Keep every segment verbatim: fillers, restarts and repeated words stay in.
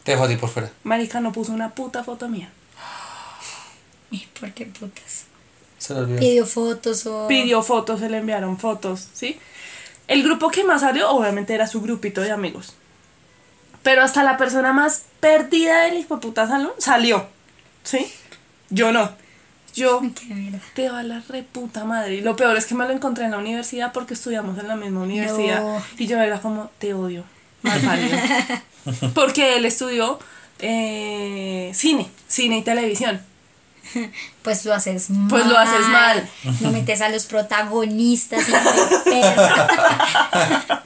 Te dejo a ti por fuera. Marica no puso una puta foto mía. ¿Y por qué putas? Se lo olvidó. Pidió fotos o... Pidió fotos, se le enviaron fotos, ¿sí? El grupo que más salió, obviamente, era su grupito de amigos. Pero hasta la persona más perdida del hijo de puta salón salió, ¿sí? Yo no. Yo, Qué mierda. te va la reputa madre. Y lo peor es que me lo encontré en la universidad porque estudiamos en la misma universidad. No. Y yo era como, te odio, mal parido. Porque él estudió eh, cine, cine y televisión. Pues lo haces mal. Pues lo haces mal. No metes a los protagonistas y te perra.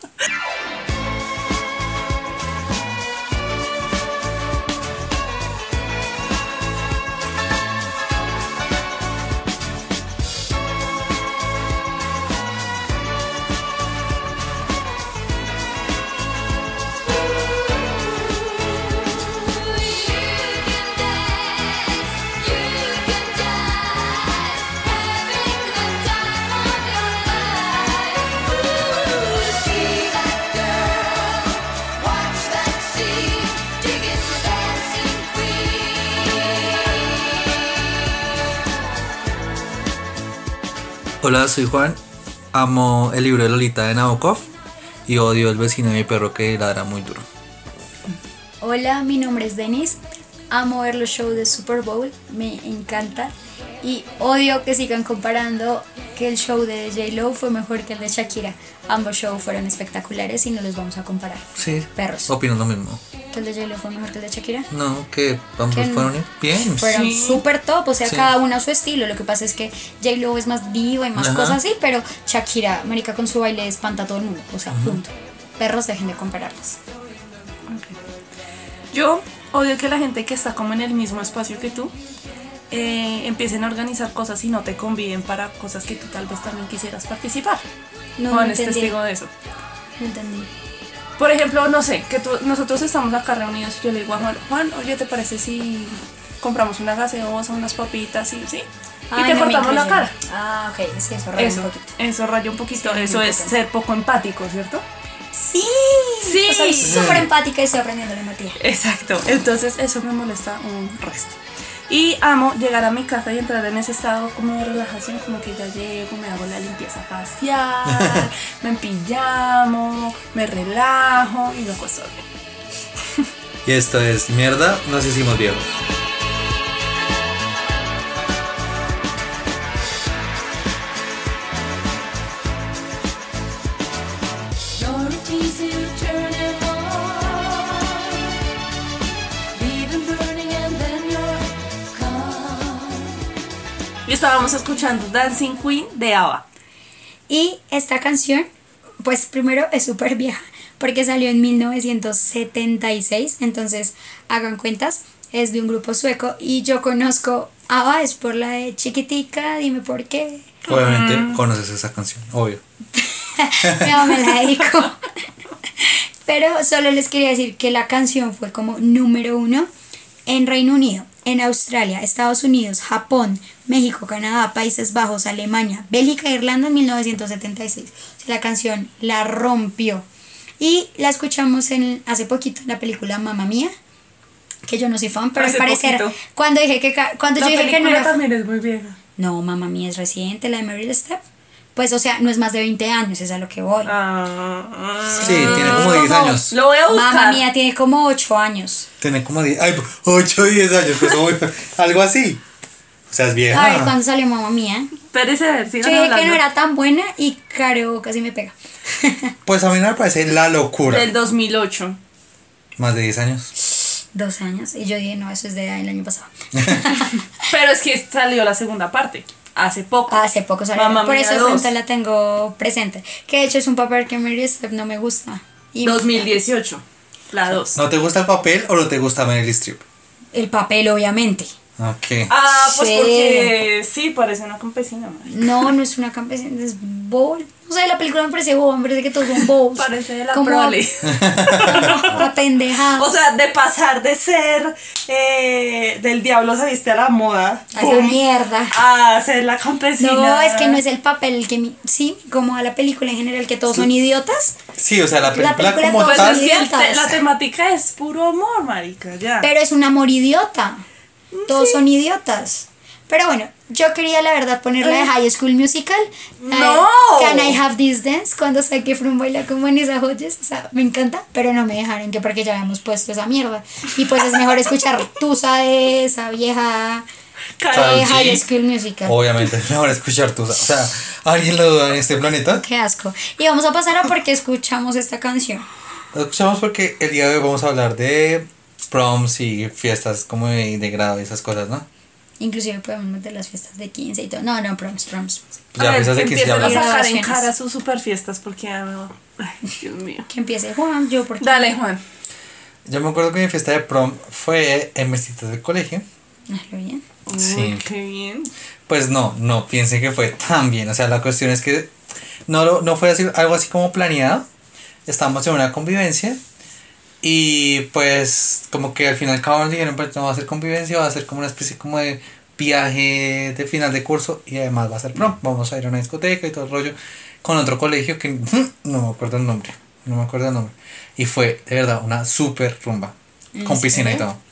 Hola, soy Juan. Amo el libro de Lolita de Nabokov y odio el vecino de mi perro que ladra muy duro. Hola, mi nombre es Denise. Amo ver los shows de Super Bowl, me encanta. Y odio que sigan comparando que el show de J-Lo fue mejor que el de Shakira. Ambos shows fueron espectaculares y no los vamos a comparar. Sí, Perros. opino lo mismo. ¿Que el de J-Lo fue mejor que el de Shakira? No, que ambos Que no. fueron bien. Fueron Sí. súper top, o sea, Sí. cada uno a su estilo. Lo que pasa es que J-Lo es más diva y más Ajá. cosas así, pero Shakira, marica, con su baile espanta a todo el mundo. O sea, punto. Perros, dejen de compararlas. Yo odio que la gente que está como en el mismo espacio que tú eh, empiecen a organizar cosas y no te conviden para cosas que tú tal vez también quisieras participar. No, Juan no es entendí. testigo de eso. No entendí. Por ejemplo, no sé, que tú- nosotros estamos acá reunidos y yo le digo a Juan, Juan, oye, ¿te parece si compramos una gaseosa, unas papitas y sí? Y Ay, te no me cortamos la incluyen. cara. Ah, ok, sí, eso raya Eso, un poquito. eso raya un poquito. Sí, eso muy es importante. ser poco empático, ¿cierto? Sí, Sí. Soy súper empática y estoy aprendiendo la Matías. Exacto. Entonces eso me molesta un resto. Y amo llegar a mi casa y entrar en ese estado como de relajación, como que ya llego, me hago la limpieza facial, me empillamo, me relajo y me acuesto a dormir. Y esto es Mierda, nos hicimos viejos. You're a teasy, turn him on. Leave him burning and then you're gone. Y estábamos escuchando Dancing Queen de ABBA. Y esta canción, pues primero es súper vieja, porque salió en mil novecientos setenta y seis, entonces hagan cuentas, es de un grupo sueco y yo conozco ABBA, es por la de Chiquitica, dime por qué. Obviamente conoces esa canción, obvio. Mi mamá me la dedicó. Pero solo les quería decir que la canción fue como número uno en Reino Unido, en Australia, Estados Unidos, Japón, México, Canadá, Países Bajos, Alemania, Bélgica e Irlanda en mil novecientos setenta y seis. O sea, la canción la rompió. Y la escuchamos en, hace poquito en la película Mamma Mía, que yo no soy fan, pero Hace al parecer, poquito. cuando dije que ca- cuando La yo dije que no película era también es muy vieja. no, Mamma Mía es reciente, la de Meryl Streep. Pues, o sea, no es más de veinte años, es a lo que voy. Ah, Sí, tiene como diez años. Lo voy a buscar. Mamma Mía tiene como ocho años. Tiene como diez, ay, ocho o diez años, pues muy- algo así. O sea, es vieja. A ver, ¿cuándo salió Mamma Mía? Espérese a ver, Yo sigan dije hablando. que no era tan buena y Caro casi me pega. Pues a mí no me parece la locura. Del dos mil ocho. Más de diez años. Dos años. Y yo dije, no, eso es del año pasado. Pero es que salió la segunda parte. Hace poco. Hace poco salió. Mamma Por Mía eso de dos. pronto la tengo presente. Que de hecho es un papel que Meryl Streep no me gusta. Y dos mil dieciocho. La dos. ¿No te gusta el papel o no te gusta Meryl Streep? el papel, obviamente. Ok. Ah, pues Sí. porque sí, parece una campesina. madre. No, no es una campesina, es bold. No sé, la película me parece boba, me parece que todos son bobos. Parece de la Como prole. apendejados. O sea, de pasar de ser eh, del diablo se viste a la moda A esa ¡pum! mierda. A ser la campesina. No, es que no es el papel el que mi- sí, como a la película en general que todos son idiotas, Sí, o sea, la La película, película como Pues todos tal. es que el idiotas. te- la temática es puro amor, marica, ya. pero es un amor idiota. Todos son idiotas. Pero bueno, yo quería la verdad poner la de High School Musical. la de ¡No! Can I Have This Dance? Cuando Zac Efron baila como en esas joyas. O sea, me encanta, pero no me dejaron que porque ya habíamos puesto esa mierda. Y pues es mejor escuchar Tusa de esa vieja Karol de G. High School Musical. Obviamente, es mejor escuchar tu. O sea, ¿alguien lo duda en este planeta? Qué asco. Y vamos a pasar a por qué escuchamos esta canción. Lo escuchamos porque el día de hoy vamos a hablar de proms y fiestas como de, de grado y esas cosas, ¿no? Inclusive podemos meter las fiestas de quince y todo. No, no, proms, proms. Pues ya a ver, fiestas de quince empiecen a hablamos. sacar en Graduaciones. cara sus super fiestas porque ya no. Ay, Dios mío. Que empiece Juan, yo porque... Dale, Juan. Yo me acuerdo que mi fiesta de prom fue en mis citas del colegio. Hazlo bien. Sí. Uy, qué bien. Pues no, no piensen que fue tan bien. O sea, la cuestión es que no, lo- no fue así, algo así como planeado. Estábamos en una convivencia. Y pues como que al final cada uno dijeron, pues no va a ser convivencia, va a ser como una especie como de viaje de final de curso. Y además va a ser prom. Vamos a ir a una discoteca y todo el rollo. Con otro colegio que no me acuerdo el nombre. No me acuerdo el nombre. Y fue de verdad una súper rumba. ¿En Con piscina y serio? todo.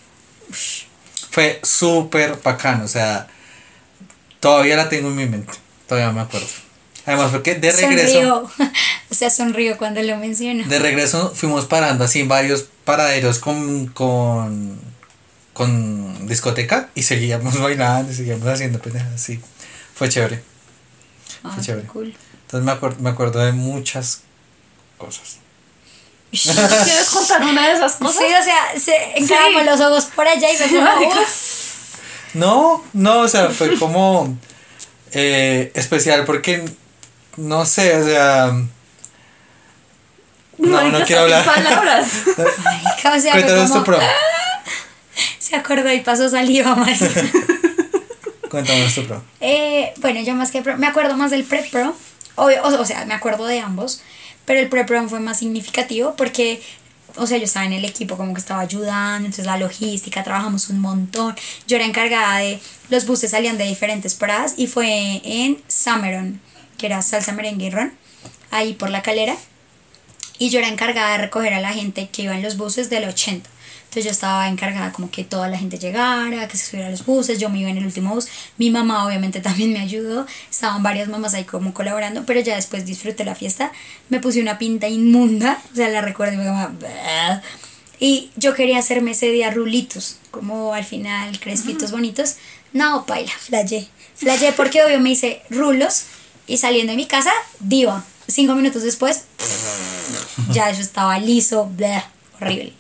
Fue súper bacano, o sea, todavía la tengo en mi mente, todavía me acuerdo. Además, porque de regreso, Sonrió. O sea, sonrió cuando lo mencionó. de regreso fuimos parando así en varios paraderos con, con, con discoteca y seguíamos bailando y seguíamos haciendo pendejadas, sí. Fue chévere, Ah, fue chévere. cool. Entonces me acuerdo, me acuerdo de muchas cosas. ¿Quieres contar una de esas Sí, cosas? o sea, se encaramos Sí. los ojos por allá y fue como, marica. "Uf". No, no, o sea, fue como eh, especial porque, no sé, o sea... No, Marica, no quiero está sin hablar. palabras. Marica, o sea, fue Cuéntanos tu como, pro. se acordó y pasó saliva, marica. Cuéntanos tu pro. Eh, bueno, yo más que pro, me acuerdo más del pre-pro, obvio, o, o sea, me acuerdo de ambos, pero el pre-pro fue más significativo porque, o sea, yo estaba en el equipo como que estaba ayudando, entonces la logística, trabajamos un montón, yo era encargada de, los buses salían de diferentes paradas y fue en Summeron, que era salsa merengue y ron, ahí por la Calera, y yo era encargada de recoger a la gente que iba en los buses del ochenta. Entonces yo estaba encargada como que toda la gente llegara, que se subiera a los buses, yo me iba en el último bus, mi mamá obviamente también me ayudó, estaban varias mamás ahí como colaborando, pero ya después disfruté la fiesta, me puse una pinta inmunda, o sea, la recuerdo y me como... "Bah". Y yo quería hacerme ese día rulitos, como al final crespitos bonitos, no, paila, flayé, flayé porque obvio me hice rulos y saliendo de mi casa, diva, cinco minutos después, ya eso estaba liso, blah, horrible.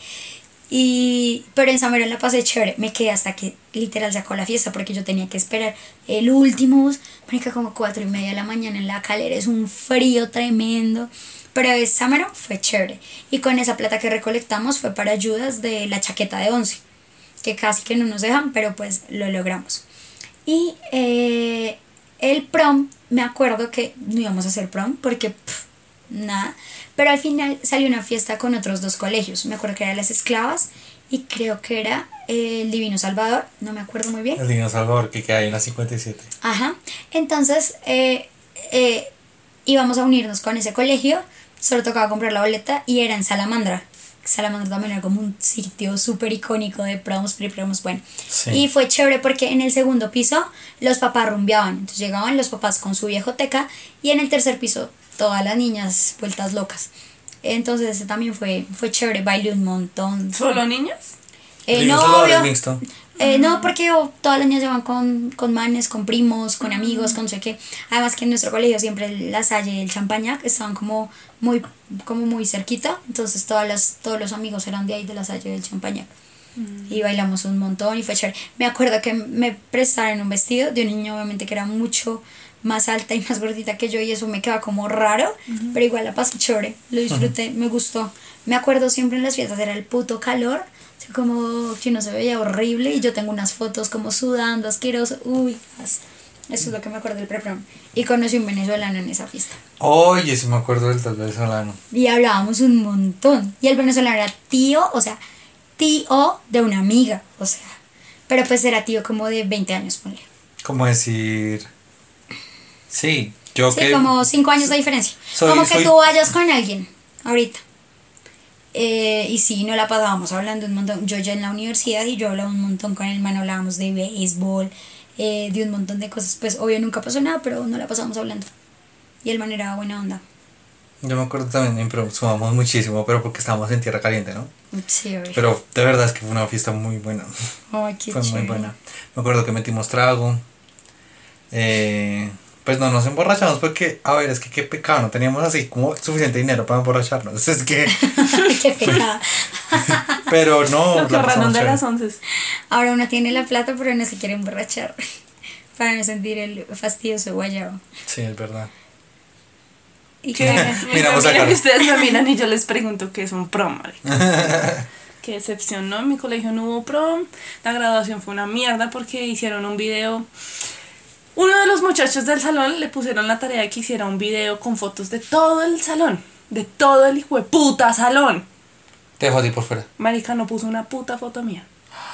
Y, pero en Summeron la pasé chévere, me quedé hasta que literal sacó la fiesta porque yo tenía que esperar el último bus, marica, como cuatro y media de la mañana en la Calera, es un frío tremendo, pero en Summeron fue chévere, y con esa plata que recolectamos fue para ayudas de la chaqueta de once, que casi que no nos dejan, pero pues lo logramos. Y eh, el prom, me acuerdo que no íbamos a hacer prom porque pff, nada, pero al final salió una fiesta con otros dos colegios, me acuerdo que era Las Esclavas y creo que era eh, el Divino Salvador, no me acuerdo muy bien. El Divino Salvador, que queda ahí en la cincuenta y siete. Ajá, entonces eh, eh, íbamos a unirnos con ese colegio, solo tocaba comprar la boleta y era en Salamandra. Salamandra también era como un sitio súper icónico de proms, pre-proms, bueno. Sí. Y fue chévere porque en el segundo piso los papás rumbeaban, entonces llegaban los papás con su viejoteca y en el tercer piso todas las niñas vueltas locas. Entonces ese también fue, fue chévere, bailé un montón. ¿Solo niños? Eh, Divino no, Salvador es obvio. mixto. Eh, no, porque oh, todas las niñas llevan con, con manes, con primos, con amigos, con no sé qué. Además que en nuestro colegio siempre La Salle y el Champañac estaban como muy, como muy cerquita. Entonces todas las, todos los amigos eran de ahí, de La Salle y del Champañac. Y bailamos un montón y fue chévere. Me acuerdo que me prestaron un vestido de un niño obviamente que era mucho más alta y más gordita que yo y eso me quedaba como raro, pero igual la pasé chévere, lo disfruté, me gustó. Me acuerdo siempre en las fiestas era el puto calor, así como que uno se veía horrible y yo tengo unas fotos como sudando, asqueroso, uy, as- Eso es lo que me acuerdo del preprom. Y conocí un venezolano en esa fiesta. Oye, sí me acuerdo del tal venezolano. Y hablábamos un montón. Y el venezolano era tío, o sea, tío de una amiga, o sea. Pero pues era tío como de veinte años, ponle. ¿Cómo decir? Sí, yo Sí, que... como cinco años de diferencia. soy- como que soy- tú vayas con alguien ahorita. Eh, y sí, no la pasábamos hablando un montón. Yo ya en la universidad y yo hablaba un montón con el man, hablábamos de béisbol, eh, de un montón de cosas. Pues obvio nunca pasó nada, pero no la pasamos hablando. Y el man era buena onda. Yo me acuerdo también, improvisamos muchísimo, pero porque estábamos en tierra caliente, ¿no? Sí, obvio. Pero de verdad es que fue una fiesta muy buena. Ay, qué Fue muy chévere. buena. Me acuerdo que metimos trago. Eh, pues no nos emborrachamos porque, a ver, es que qué pecado, no teníamos así como suficiente dinero para emborracharnos. Es que, Qué pecado. pero no. Lo que la ahorraron pasamos de chévere. las once. Ahora uno tiene la plata, pero no se quiere emborrachar. Para no sentir el fastidioso guayabo. Sí, es verdad. Y Que, que- mira, Miramos a mira Carlos. que ustedes me miran y yo les pregunto qué es un prom, marica. Qué decepción, ¿no? En mi colegio no hubo prom. La graduación fue una mierda porque hicieron un video. Uno de los muchachos del salón le pusieron la tarea de que hiciera un video con fotos de todo el salón. De todo el hijo de puta salón. Te dejo a ti por fuera. Marica no puso una puta foto mía.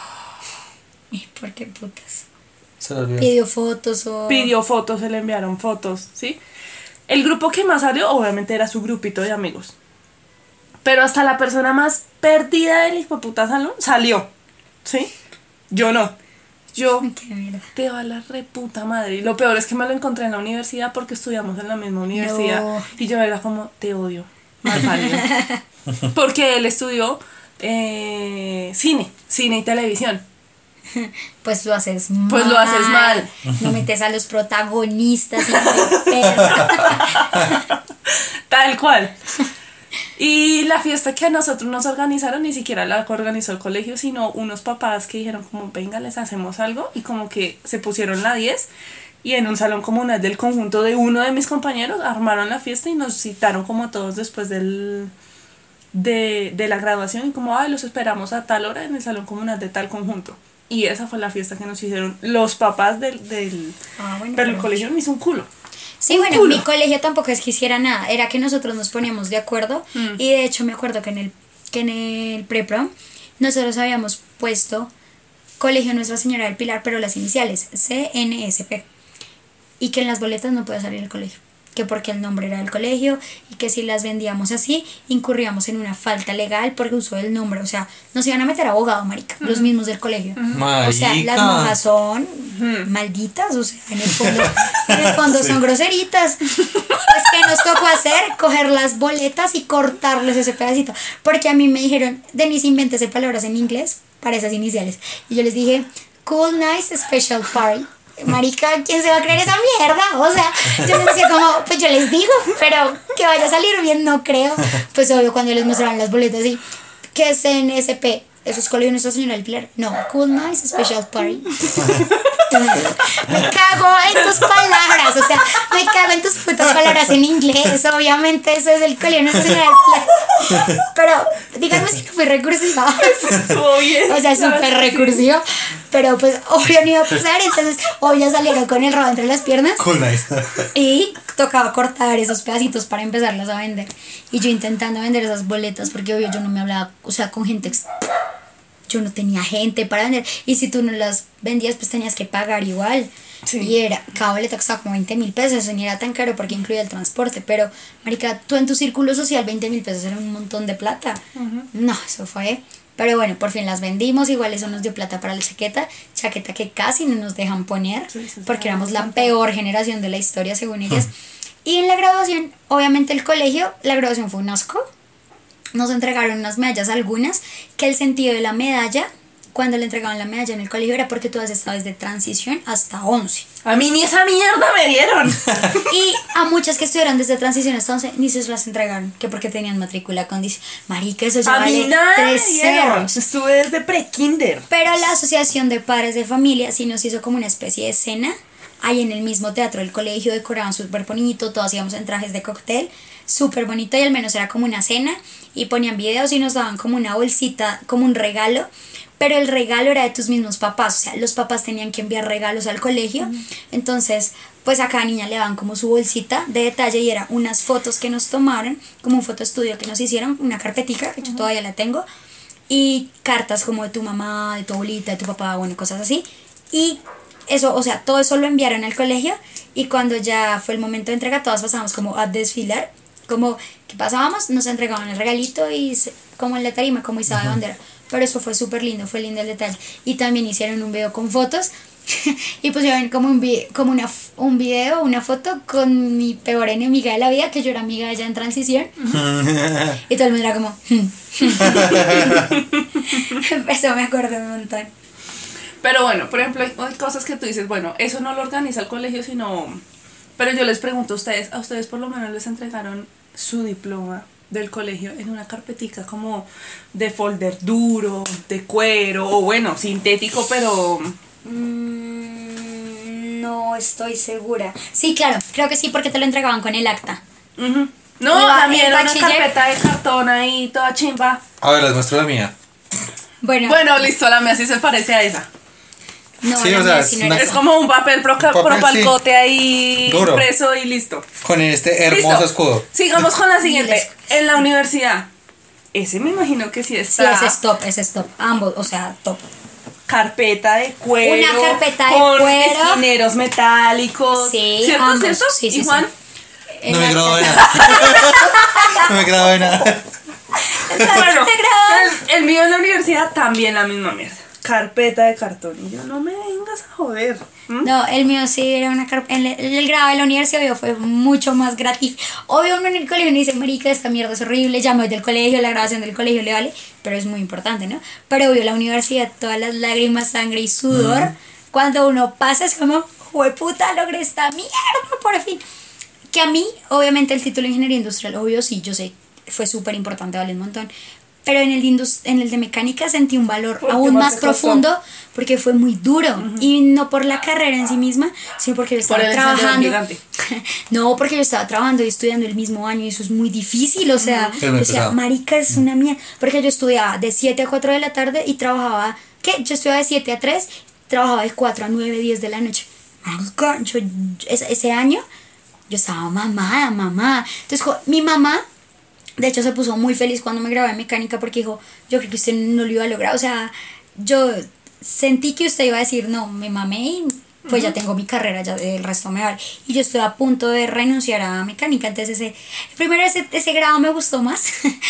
¿Y por qué putas? Se lo olvidó. Pidió fotos o... Pidió fotos, se le enviaron fotos, ¿sí? El grupo que más salió, obviamente, era su grupito de amigos. Pero hasta la persona más perdida del hijo de puta salón salió, ¿sí? Yo no. Yo Qué mierda. te va la reputa madre. Y lo peor es que me lo encontré en la universidad porque estudiamos en la misma universidad. No. Y yo era como, te odio, mal parido. Porque él estudió eh, cine, cine y televisión. Pues lo haces mal. Pues lo haces mal. No metes a los protagonistas. hijo de perra. Tal cual. Y la fiesta que a nosotros nos organizaron ni siquiera la organizó el colegio, sino unos papás que dijeron como, venga, les hacemos algo, y como que se pusieron la diez y en un salón comunal del conjunto de uno de mis compañeros armaron la fiesta y nos citaron como a todos después del de, de la graduación y como, ay, los esperamos a tal hora en el salón comunal de tal conjunto. Y esa fue la fiesta que nos hicieron los papás del... del Ah, bueno, pero el pero- colegio me hizo un culo. Sí, Un bueno, culo. mi colegio tampoco es que hiciera nada. Era que nosotros nos poníamos de acuerdo. Mm. Y de hecho me acuerdo que en el, que en el preprom nosotros habíamos puesto Colegio Nuestra Señora del Pilar, pero las iniciales, C N S P. Y que en las boletas no podía salir el colegio. Que porque el nombre era del colegio y que si las vendíamos así, incurríamos en una falta legal por uso del nombre. O sea, nos iban a meter abogado, marica, los mismos del colegio. O sea, las Marica. monjas son malditas, o sea, en el fondo, en el fondo son groseritas. Pues que nos tocó hacer, coger las boletas y cortarles ese pedacito. Porque a mí me dijeron, Denise, invéntese palabras en inglés para esas iniciales. Y yo les dije, cool, nice, special party. Marica, ¿quién se va a creer esa mierda? O sea, yo les decía como, pues yo les digo, pero que vaya a salir bien, no creo. Pues obvio, cuando les mostraron las boletas, sí, ¿qué es N S P? ¿Eso es Colegio Nuestra Señora del Pilar? No, cool, nice, special party. Me cago en tus palabras, o sea, me cago en tus putas palabras en inglés. Obviamente, eso es el Colegio Nuestra Señora del Pilar. Pero díganme si no fui recursiva. Estuvo bien. O sea, La súper verdad, sí. recursivo. Pero pues, obvio no iba a pasar. Entonces, obvio salieron con el rabo entre las piernas. Cool, nice. Y tocaba cortar esos pedacitos para empezarlas a vender. Y yo intentando vender esas boletas, porque obvio yo no me hablaba, o sea, con gente. ex- Yo no tenía gente para vender. Y si tú no las vendías, pues tenías que pagar igual. Sí. Y era, cada boleta costaba como veinte mil pesos. Eso ni era tan caro porque incluía el transporte. Pero, marica, tú en tu círculo social, veinte mil pesos era un montón de plata. No, eso fue. Pero bueno, por fin las vendimos. Igual eso nos dio plata para la chaqueta. Chaqueta que casi no nos dejan poner. Sí, sí, sí, porque sí, éramos la bastante. peor generación de la historia, según ellas. Y en la graduación, obviamente el colegio, la graduación fue un asco. Nos entregaron unas medallas algunas, que el sentido de la medalla, cuando le entregaban la medalla en el colegio, era porque tú has estado desde transición hasta once. A mí ni esa mierda me dieron. Y a muchas que estuvieron desde transición hasta once, ni se las entregaron, que porque tenían matrícula con dice, marica, eso ya A mí vale nada me tres dieron. ceros. Estuve desde pre-kinder. Pero la Asociación de Padres de Familia sí nos hizo como una especie de cena. Ahí en el mismo teatro del colegio decoraban súper bonito, todos íbamos en trajes de cóctel, súper bonito y al menos era como una cena y ponían videos y nos daban como una bolsita, como un regalo, pero el regalo era de tus mismos papás, o sea, los papás tenían que enviar regalos al colegio, entonces pues a cada niña le daban como su bolsita de detalle y era unas fotos que nos tomaron, como un fotoestudio que nos hicieron, una carpetica, que yo todavía la tengo, y cartas como de tu mamá, de tu abuelita, de tu papá, bueno, cosas así, y eso, o sea, todo eso lo enviaron al colegio y cuando ya fue el momento de entrega, todas pasamos como a desfilar, como que pasábamos, nos entregaban el regalito y se- como en la tarima, como izada de bandera. Pero eso fue súper lindo, fue lindo el detalle. Y también hicieron un video con fotos y pusieron como un, vi- como una, f- un video, una foto con mi peor enemiga de la vida, que yo era amiga de ella en transición. Y todo el mundo era como... Eso me acuerdo un montón. Pero bueno, por ejemplo, hay hay cosas que tú dices, bueno, eso no lo organiza el colegio, sino... Pero yo les pregunto a ustedes, a ustedes por lo menos les entregaron su diploma del colegio en una carpetica como de folder duro, de cuero, o bueno, sintético, pero... Mm, no estoy segura. Sí, claro, creo que sí, porque te lo entregaban con el acta. Ujú. No, Iba también el era una bachiller. carpeta de cartón ahí, toda chimba. A ver, les muestro la mía. Bueno, Bueno, listo, la mía sí se parece a esa. no, sí, la o sea, mía es sí no una- era Es así. como un papel pro, papel, propalcote ahí Duro. impreso y listo. Con este hermoso Listo. escudo. Sigamos con la siguiente. Miles. En la universidad. Ese me imagino que sí Sí, está. ese es top, ese es top. Ambos, o sea, top. Carpeta de cuero. Una carpeta de con cuero. esquineros metálicos. Sí, ¿Cierto? ambos. ¿Cierto? Sí, sí, ¿Y Juan? sí. No me El grabo de acta. nada. No me grabo de nada. Bueno, ¿Te grabas? el, el mío en la universidad también la misma mierda. Carpeta de cartón. Y yo, no me vengas a joder. ¿Mm? No, el mío sí era una carpeta. El, el grado de la universidad obvio, fue mucho más gratis. Obvio, uno en el colegio uno dice, marica, esta mierda es horrible, ya me voy del colegio, la grabación del colegio le vale, pero es muy importante, ¿no? Pero obvio, la universidad, todas las lágrimas, sangre y sudor, cuando uno pasa es como, jueputa, logré esta mierda, por fin. Que a mí, obviamente, el título de ingeniería industrial, obvio, sí, yo sé, fue súper importante, vale un montón. Pero en el, de indus- en el de mecánica sentí un valor ¿Por qué aún más más te costó? profundo porque fue muy duro. Y no por la carrera en sí misma, sino porque yo Por estaba el encendedor trabajando. gigante. No, porque yo estaba trabajando y estudiando el mismo año y eso es muy difícil. O sea, Es muy yo decía, pesado. marica, es una mierda. Porque yo estudiaba de siete a cuatro de la tarde y trabajaba, ¿qué? Yo estudiaba de siete a tres, trabajaba de cuatro a nueve, diez de la noche. Marica, yo, ese, ese año yo estaba mamada, mamá. Entonces, jo- mi mamá, de hecho, se puso muy feliz cuando me grabé en mecánica porque dijo, yo creo que usted no lo iba a lograr. O sea, yo sentí que usted iba a decir, no, me mamé y pues ya tengo mi carrera, ya el resto me vale. Y yo estoy a punto de renunciar a mecánica. Entonces, ese, primero ese, ese grado me gustó más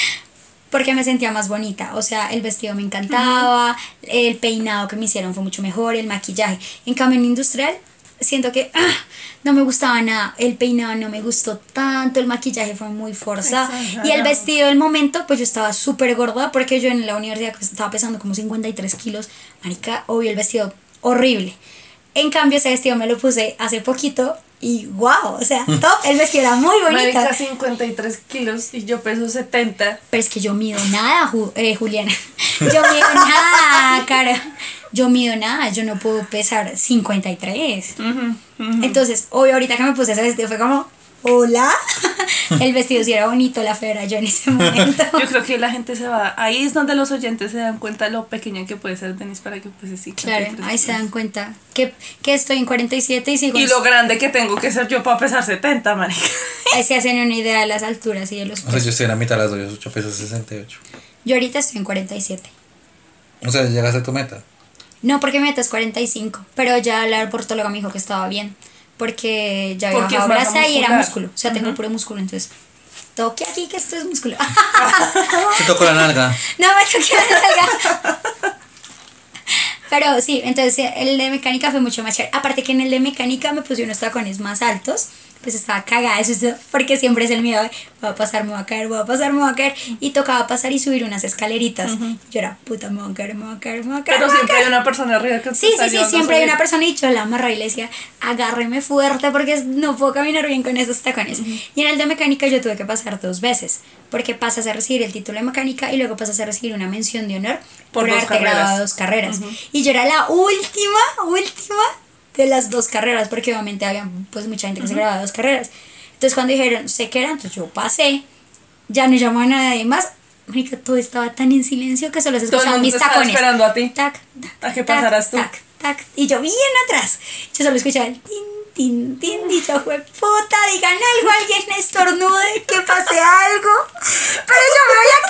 porque me sentía más bonita. O sea, el vestido me encantaba, el peinado que me hicieron fue mucho mejor, el maquillaje. En cambio, en industrial, siento que ah, no me gustaba nada, el peinado no me gustó tanto, el maquillaje fue muy forzado Exagerado. y el vestido del momento, pues yo estaba súper gorda porque yo en la universidad estaba pesando como cincuenta y tres kilos, marica, obvio el vestido horrible. En cambio ese vestido me lo puse hace poquito y wow, o sea, top, el vestido era muy bonito. Marica, cincuenta y tres kilos y yo peso setenta. Pero es que yo mido nada, Ju- eh, Juliana. Yo mido nada, cara. Yo mido nada, yo no puedo pesar cincuenta y tres. Entonces, hoy ahorita que me puse ese vestido fue como, hola. El vestido sí era bonito, la fea era yo en ese momento. Yo creo que la gente se va. Ahí es donde los oyentes se dan cuenta lo pequeña que puede ser Denise para que pues sí. Claro, ahí se dan cuenta que, que estoy en cuarenta y siete y sigo. Y lo grande que tengo que ser yo para pesar setenta, marica. Ahí se hacen una idea de las alturas y de los O sea, pesos. yo estoy en la mitad de las dos, yo peso sesenta y ocho. Yo ahorita estoy en cuarenta y siete. O sea, llegaste a tu meta. No, porque mi meta es cuarenta y cinco, pero ya la ortotóloga me dijo que estaba bien, porque ya había Porque bajado es masa grasa y era muscular. músculo, o sea, tengo puro músculo, entonces toque aquí que esto es músculo. Te tocó la nalga. No me toqué la nalga. Pero sí, entonces el de mecánica fue mucho más chévere. Aparte que en el de mecánica me puse unos tacones más altos. Pues estaba cagada, eso es- porque siempre es el miedo de voy a pasar, me voy a caer, voy a pasar, me voy a caer. Y tocaba pasar y subir unas escaleritas. Yo era, puta, me voy a caer, me voy a caer, me voy a caer. Pero me voy a siempre caer. hay una persona arriba que te Sí, está sí, sí, ayudando a siempre hay subir. una persona y yo la amarraba y le decía, agárreme fuerte porque no puedo caminar bien con esos tacones. Y en el de mecánica yo tuve que pasar dos veces, porque pasas a recibir el título de mecánica y luego pasas a recibir una mención de honor Por por, dos haberte carreras. graduado dos carreras. Y yo era la última, última de las dos carreras, porque obviamente había pues mucha gente que se graduaba de dos carreras. Entonces cuando dijeron, sé que era, entonces yo pasé, ya no llamó a nadie más, marica, todo estaba tan en silencio que solo se Todo el escuchaban mundo mis estaba tacones. esperando a ti. Tac, tac, A que tac, pasaras tú. Tac, tac, y yo bien atrás. Yo solo escuchaba el tin, tin, tin, y yo, fue puta, digan algo, alguien estornude, que pase algo. Pero yo me voy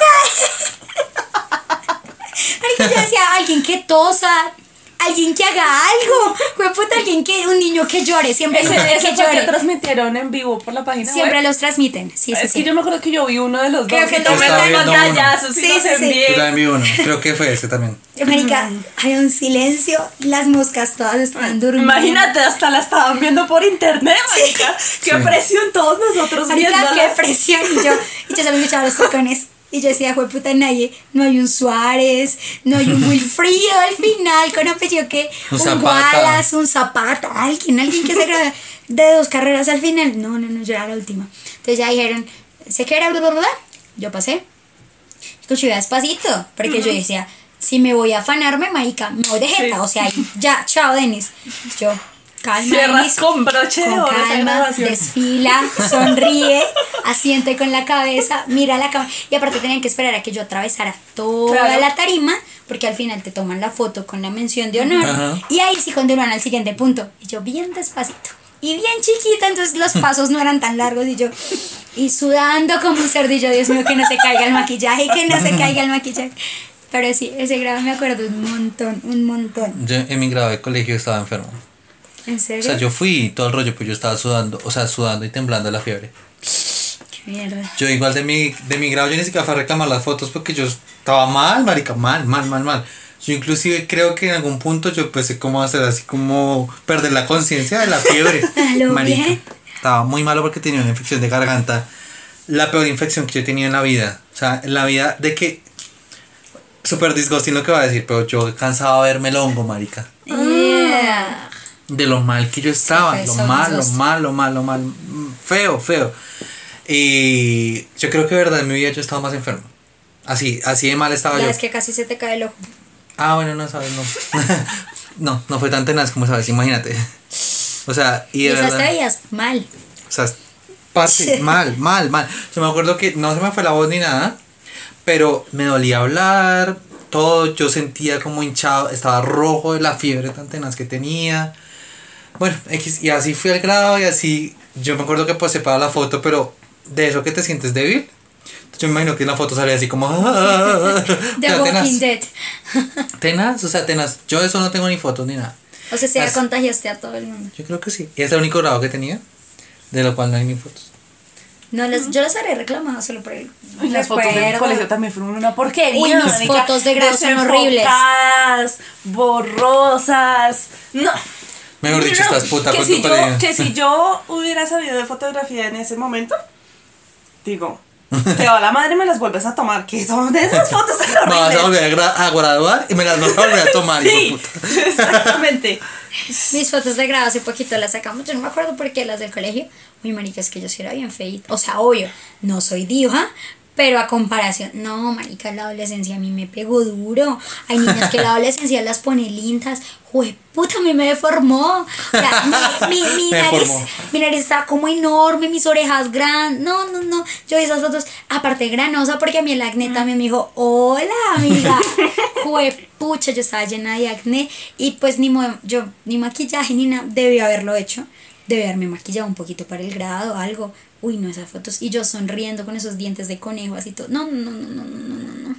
a caer. Marica, yo decía, alguien que tosa, alguien que haga algo. Fue puta, alguien que, un niño que llore, siempre Ese, hay un niño ese que fue que llore. transmitieron en vivo por la página Siempre web. los transmiten, sí, sí, Es sí. que yo me acuerdo que yo vi uno de los Creo dos que y lo tomé estaba los viendo uno. pantallazos y Sí, los sí, sí. envié. Yo también vi uno, creo que fue ese también. Marica, había un silencio, las moscas todas estaban durmiendo. Imagínate, hasta la estaban viendo por internet, marica. Qué Sí. presión todos nosotros Marica, viéndola. qué presión. Y yo, y yo solo escuchaba los tacones. Y yo decía, puta, nadie, no hay un Suárez, no hay un Wilfrido al final, con apellido que Un un Zapata. Wallace, un Zapata, alguien, alguien que se graba de dos carreras al final. No, no, no, yo era la última. Entonces ya dijeron, sé que era bla, bla, bla, bla. Yo pasé. Escuché despacito, porque yo decía, si me voy a afanarme, marica, me voy de jeta. Sí. O sea, ya, chao, Denis. Yo, calma, Cierras Denis. con broche de Con oro esa calma, grabación. desfila, sonríe, asiente con la cabeza, mira la cámara. Y aparte tenían que esperar a que yo atravesara toda Claro. la tarima, porque al final te toman la foto con la mención de honor. Ajá. Y ahí sí continúan al siguiente punto. Y yo bien despacito. Y bien chiquita, entonces los pasos no eran tan largos. Y yo, y sudando como un cerdillo, Dios mío, que no se caiga el maquillaje, que no se caiga el maquillaje. Pero sí, ese grado me acuerdo un montón, un montón. Yo en mi grado de colegio estaba enfermo. ¿En O serio? sea, yo fui y todo el rollo, pues yo estaba sudando, o sea, sudando y temblando de la fiebre. Qué mierda. Yo igual de mi, de mi grado, yo ni siquiera fui a reclamar las fotos porque yo estaba mal, marica, mal, mal, mal, mal. Yo inclusive creo que en algún punto yo pensé cómo hacer así como perder la conciencia de la fiebre. ¿A lo Marica, bien? estaba muy malo porque tenía una infección de garganta. La peor infección que yo he tenido en la vida. O sea, en la vida de que... Súper disgusting lo que va a decir, pero yo cansaba de verme el hongo, marica. Yeah. De lo mal que yo estaba, Sí, lo son mal, lo esos. mal, lo mal, lo mal, mm, feo, feo. Y yo creo que de verdad en mi vida yo estaba más enfermo. Así, así de mal estaba La yo. vez que casi se te cae el ojo. Ah, bueno, no sabes, no. No, no fue tan tenaz como sabes, imagínate. O sea, y Y de esas te verdad. veías mal. O sea, parte, mal, mal, mal. Yo me acuerdo que no se me fue la voz ni nada, pero me dolía hablar, todo, yo sentía como hinchado, estaba rojo de la fiebre tan tenaz que tenía. Bueno, X, y así fui al grado y así, yo me acuerdo que pasé para la foto, pero de eso que te sientes débil. Yo me imagino que en la foto salía así como... The o sea, Walking Dead. tenaz, o sea, tenaz. Yo de eso no tengo ni fotos ni nada. O sea, se Las- contagiaste a todo el mundo. Yo creo que sí. Y es el único grado que tenía, de lo cual no hay ni fotos. No, las, yo las haré reclamadas solo por el Ay, las fotos del recuerdo. colegio también fueron una porquería. Uy, mis marica. fotos de grado son horribles. Desenfocadas, borrosas. No. Mejor dicho, No, estás puta que con si tu yo, colegio. Que si yo hubiera sabido de fotografía en ese momento, digo, te va la madre y me las vuelves a tomar. Que son de esas fotos tan Me vas a horribles. volver a, gra- a graduar y me las vas a volver a tomar, hijo de Sí, puta. exactamente. Mis fotos de grado hace poquito las sacamos. Yo no me acuerdo por qué las del colegio. Uy, marica, es que yo sí era bien feita. O sea, obvio, no soy diva, pero a comparación, no, marica, la adolescencia a mí me pegó duro. Hay niñas que la adolescencia las pone lindas. Jue puta, a mí me deformó. O sea, mi, mi, mi Me nariz, deformó. mi nariz estaba como enorme, mis orejas grandes. No, no, no. Yo vi esas fotos, aparte granosa, porque a mí el acné también me dijo, hola, amiga. Jue pucha, yo estaba llena de acné. Y pues ni mo- yo, ni maquillaje ni nada, debí haberlo hecho. Debí haberme maquillado un poquito para el grado, algo. Uy, no, esas fotos. Y yo sonriendo con esos dientes de conejo, así todo. No, no, no, no, no, no, no, no.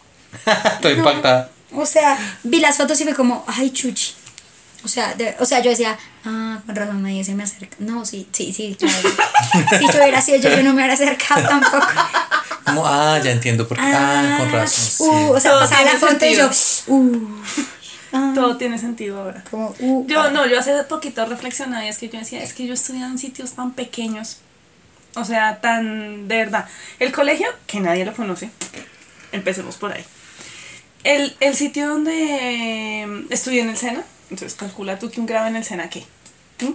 Estoy impactada. O sea, vi las fotos y fue como, ay, chuchi. O sea, de- o sea, yo decía, ah, con razón nadie se me acerca. No, sí, sí, sí, claro. Si yo hubiera sido yo, yo no me hubiera acercado tampoco. Como, ah, ya entiendo por qué. Ah, con razón. Sí. Uh, o sea, Todo pasaba la tiene foto y yo, sentido. uh. Ah, Todo tiene sentido ahora. como, uh, Yo ah. no, yo hace poquito reflexionaba y es que yo decía, es que yo estudiaba en sitios tan pequeños. O sea, tan de verdad. El colegio, que nadie lo conoce. Empecemos por ahí. El, el sitio donde eh, estudié en el SENA, entonces calcula tú que un grado en el SENA, ¿qué? ¿Mm?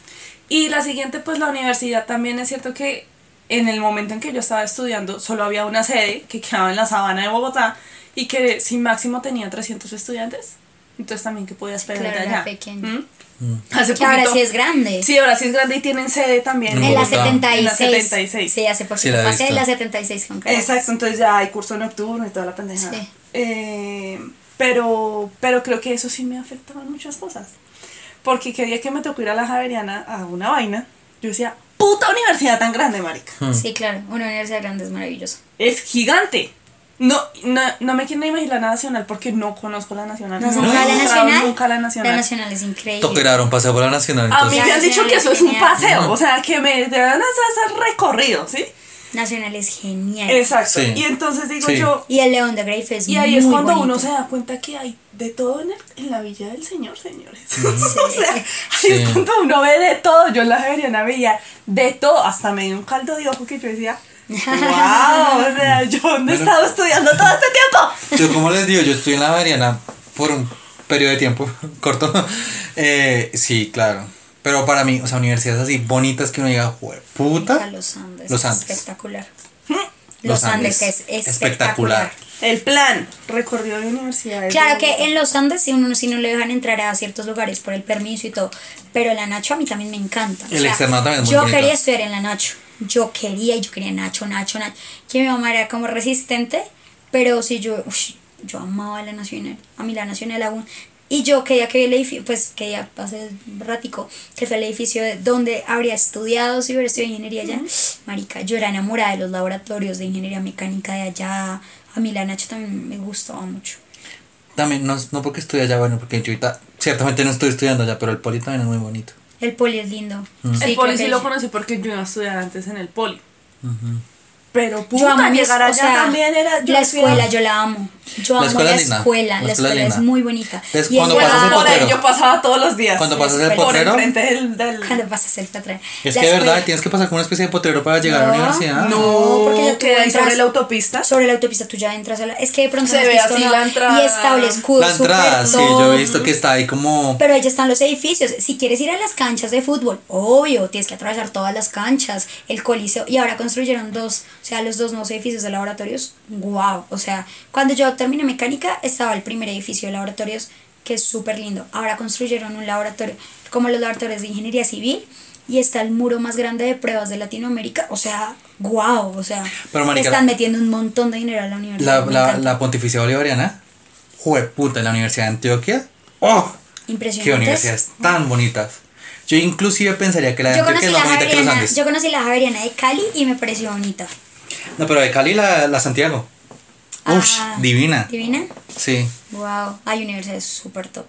Y la siguiente, pues la universidad también es cierto que en el momento en que yo estaba estudiando solo había una sede que quedaba en la sabana de Bogotá y que sin máximo tenía trescientos estudiantes. Entonces también que podía esperar Claro, de era allá. pequeño. ¿Mm? Hace Que ahora poquito- sí es grande. Sí, ahora sí es grande y tienen sede también. En En la Bogotá. setenta En y la seis. setenta y seis. Sí, hace poquito Sí, la he pasé visto. la setenta y seis con Caracas. Exacto, entonces ya hay curso nocturno y toda la pendejada. Sí. Eh, pero, pero creo que eso sí me afectaba en muchas cosas. Porque que día que me tocó ir a la Javeriana a una vaina, yo decía, puta universidad tan grande, marica. Sí, claro, una universidad grande es maravillosa. Es gigante. No, no, no me quiero ni imaginar la nacional porque no conozco la nacional. ¿No has he entrado a la entrado nacional? nunca a la nacional. La nacional es increíble. Tocará un paseo por la nacional. A mí Entonces. me han dicho que eso es un Genial. paseo, o sea, que me deben hacer recorrido, ¿sí? Nacional es genial. Exacto. Sí. Y entonces digo Sí. yo, Y el León de Grave es y ahí es muy cuando bonito. uno se da cuenta que hay de todo en, el- en la Villa del Señor, señores. Sí. O sea, ahí Sí. es cuando uno ve de todo. Yo en la Javeriana veía de todo, hasta me dio un caldo de ojo que yo decía, wow, o sea, yo dónde he Bueno. estado estudiando todo este tiempo. Yo, como les digo, yo estoy en la Javeriana por un periodo de tiempo corto. Eh, sí, claro. Pero para mí, o sea, universidades así bonitas que uno diga, puta. A Los Andes. Los es Andes. espectacular. Los Los Andes, Andes, es espectacular. espectacular. El plan, recorrido de universidades. Claro que en los Andes si uno si no le dejan entrar a ciertos lugares por el permiso y todo, pero la Nacho a mí también me encanta. El externado también es muy yo bonito. quería estudiar en la Nacho, yo quería y yo quería Nacho, Nacho, Nacho, que mi mamá era como resistente, pero si yo, ush, yo amaba la Nacional, a mí la Nacional aún, y yo quería que el edificio, pues que ya hace un ratico, que fue el edificio de donde habría estudiado, si hubiera estudiado ingeniería allá, marica, yo era enamorada de los laboratorios de ingeniería mecánica de allá, a mí la Nacho también me gustaba mucho. También, no, no porque estoy allá, bueno, porque yo ahorita ciertamente no estoy estudiando allá, pero el poli también es muy bonito. El poli es lindo. El Sí, poli creo sí que lo sí. conocí porque yo iba a estudiar antes en el poli. Ujú. Pero Yo puta, amo mi es- llegar o allá sea, también era. yo la decía, escuela, yo la amo. Yo La amo escuela la es linda, escuela. la La escuela escuela es es linda. muy bonita. Es Y cuando el pasas llegar- el por ahí potrero. yo pasaba todos los días. Cuando La pasas el escuela. por potrero, enfrente del. del Cuando pasas el patrón. es La que de escuela- verdad tienes que pasar con una especie de potrero para llegar a la No, universidad. no, porque ya tú que ahí entras- sobre la autopista. Sobre la autopista tú ya entras a la... Es que de pronto Se no has ve visto, así ¿no? la entrada. Y está el escudo La entrada, súper sí, yo top. he visto que está ahí como. Pero ahí ya están los edificios. Si quieres ir a las canchas de fútbol, obvio, tienes que atravesar todas las canchas, el coliseo. Y ahora construyeron dos, o sea, los dos nuevos edificios de laboratorios. Wow. O sea, cuando yo terminé mecánica, estaba el primer edificio de laboratorios, que es súper lindo. Ahora construyeron un laboratorio, como los laboratorios de ingeniería civil. Y está el muro más grande de pruebas de Latinoamérica. O sea, wow. O sea, Pero, marica, están metiendo un montón de dinero a la universidad. La, me la, encanta. la Pontificia Bolivariana, jueputa, en la Universidad de Antioquia. ¡Oh! Impresionante. ¡Qué universidades tan bonitas! Yo inclusive pensaría que la de Yo Antioquia conocí, es la más bonita que los Javeriana, Andes. yo conocí la Javeriana de Cali y me pareció bonita. No, pero de Cali la, la Santiago. Ush, Ah, divina. ¿Divina? Sí. Wow, hay universidades súper top.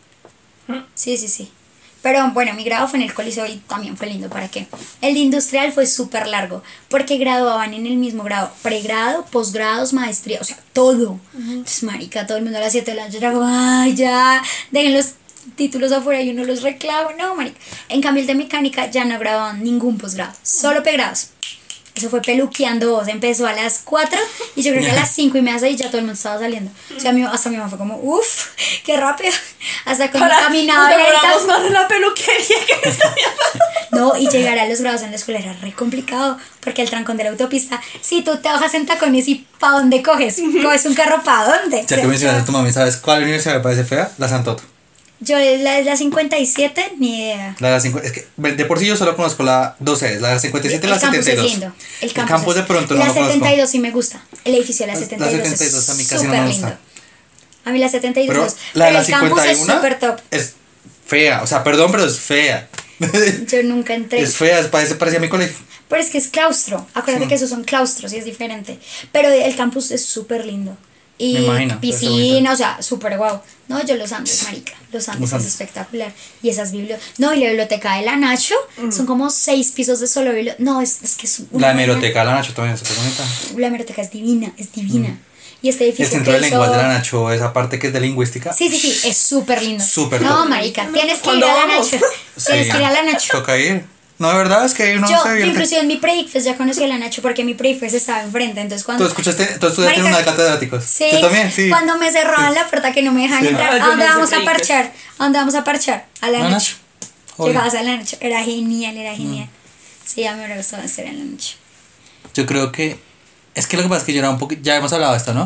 Sí, sí, sí. Pero bueno, mi grado fue en el Coliseo y también fue lindo, ¿para qué? El de industrial fue súper largo, porque graduaban en el mismo grado, pregrado, posgrados, maestría, o sea, todo. Entonces, marica, todo el mundo a las siete de la noche era como, ay, ya, dejen los títulos afuera y uno los reclama, no, marica. En cambio, el de mecánica ya no graduaban ningún posgrado, solo pregrados. Eso fue peluqueando vos, empezó a las cuatro y yo creo que a las cinco y media y ya todo el mundo estaba saliendo. O sea, mi, hasta mi mamá fue como, uff, qué rápido. Hasta cuando Para, caminaba nos lenta. demoramos más en la peluquería que en esta mierda. No, y llegar a los grados en la escuela era re complicado, porque el trancón de la autopista, si tú te bajas en tacones y ¿pa' dónde coges? ¿Coges un carro pa' dónde? Ya que mencionaste a tu mami, ¿sabes cuál universidad me parece fea? La Santoto. Yo, la, la cincuenta y siete, ni idea. La de la cincuenta, es que de por sí yo solo conozco la dos sedes, la de la cincuenta y siete y la El campus setenta y dos. es lindo. El El campus, campus de es- pronto no la lo conozco. setenta y dos sí me gusta. El edificio de la La- setenta la y dos, setenta y dos es a mí casi no súper me lindo. gusta. A mí la setenta y dos, Pero me gusta. la de Pero la el campus es cincuenta y súper uno top. es fea, o sea, perdón, pero es fea. Yo nunca entré. Es fea, es- parece, parecía mi colegio. Pero es que es claustro. Acuérdate Sí. que esos son claustros y es diferente. Pero el campus es súper lindo. Y Me imagino, debe ser piscina, bonito. o sea, súper guau. No, yo los Andes, marica. Los Andes Los es Andes. espectacular. Y esas bibliotecas. No, y la biblioteca de la Nacho son como seis pisos de solo biblioteca. No, es, es que es una La vaina- hemeroteca de la Nacho también es súper bonita. La hemeroteca es divina, es divina. Y este El edificio centro de que lenguas hizo- de la Nacho, esa parte que es de lingüística. Sí, sí, sí, es súper lindo. Súper No, top. marica, tienes que ir ¿Cuándo a la vamos? Nacho. Tienes que ir a la Nacho. Toca ir. No, de verdad, es que uno Yo, se vierte. inclusive en mi pre-ICFES ya conocí a la Nacho porque mi pre-ICFES estaba enfrente. Entonces, cuando. Tú escuchaste, tú estudiaste en Marica, una de catedráticos. Sí, Yo también, sí. cuando me cerraban la puerta que no me dejaban Sí. entrar, Ah, ¿a yo dónde no vamos sé a qué hice. parchar? ¿A dónde vamos a parchar? A la La noche. Nacho. Obvio. Llegabas a la noche, era genial, era genial. Sí, a mí me hubiera gustado estar en la noche. Yo creo que. Es que lo que pasa es que yo era un poco. Ya hemos hablado de esto, ¿no?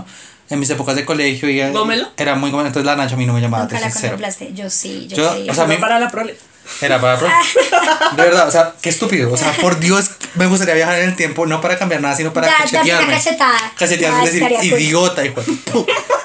en mis épocas de colegio y ¿Gómelo? era muy gómelo, entonces la Nacho a mí no me llamaba Nunca la atención cero. contemplaste. Yo sí, yo, Yo, creía. o sea, a mí- No para la prole. Era para pro- de verdad, o sea, qué estúpido, o sea, por Dios, me gustaría viajar en el tiempo, no para cambiar nada, sino para Da- dame una cachetearme. cachetada. Cachetearme Ah, y decir, estaría cool. idiota, hijo de pu-".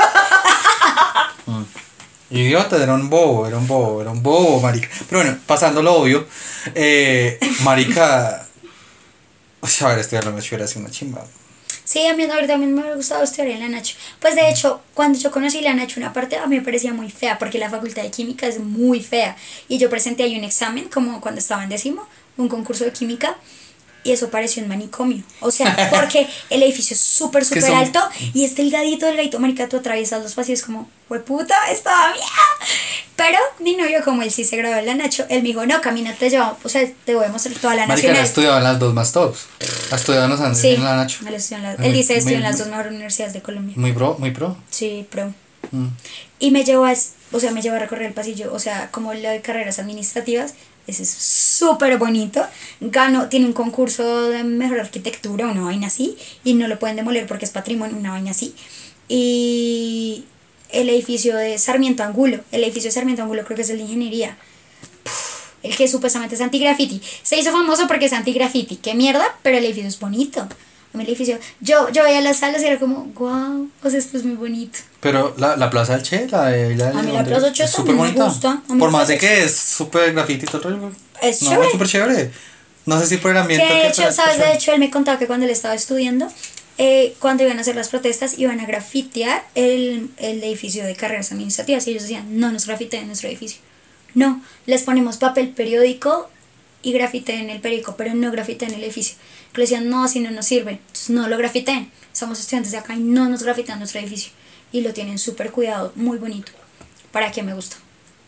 Mm. Idiota, era un bobo, era un bobo, era un bobo, marica. Pero bueno, pasando lo obvio, eh, marica, o sea, a ver, estoy hablando de hubiera sido una chimba. Sí, a mí la verdad también me hubiera gustado estudiar en la Nacho. Pues de hecho, cuando yo conocí la Nacho, una parte a mí me parecía muy fea, porque la facultad de química es muy fea. Y yo presenté ahí un examen, como cuando estaba en décimo, un concurso de química, y eso pareció un manicomio. O sea, porque el edificio es súper, Que súper son- alto, y es delgadito, delgadito, marica, tú atraviesas los pasillos como, hueputa, estaba bien. Pero mi novio, como él sí se graduó en la Nacho, él me dijo, no, camina, te llevo, o sea, te voy a mostrar toda la Marica, él ha nacional. estudiado en las dos más tops. Ha estudiado en los Andes Sí, y en la Nacho. él, estudió en la- Muy- él dice estudió en muy- las dos mejores universidades de Colombia. Muy pro, muy pro. Sí, pero... Mm. Y me llevó a, es- o sea, me llevó a recorrer el pasillo, o sea, como lo de carreras administrativas, ese es súper bonito. Ganó, tiene un concurso de mejor arquitectura, una vaina así, y no lo pueden demoler porque es patrimonio, una vaina así. Y el edificio de Sarmiento Angulo, el edificio de Sarmiento Angulo creo que es el de ingeniería. Puf, el que supuestamente es anti-graffiti. Se hizo famoso porque es anti-graffiti. Qué mierda, pero el edificio es bonito. A mí el edificio, yo, yo veía las salas y era como, wow, o sea, esto es muy bonito. Pero la, la Plaza del Che, la de la A mí la donde- Plaza del Che es también súper me bonita. gusta. A mí Por la más Plaza de que es súper graffiti y todo el rollo. Es no, chévere. es súper chévere. No sé si por el ambiente. Que o de qué, hecho, pero es sabes, súper de chévere. hecho, él me contaba que cuando él estaba estudiando, eh, cuando iban a hacer las protestas, iban a grafitear el, el edificio de carreras administrativas. Y ellos decían, no nos grafiteen nuestro edificio. No, les ponemos papel periódico y grafiteen el periódico, pero no grafiteen el edificio. Que le decían, no, así no nos sirve. Entonces no lo grafiteen. Somos estudiantes de acá y no nos grafitean nuestro edificio. Y lo tienen súper cuidado, muy bonito. ¿Para qué me gusta?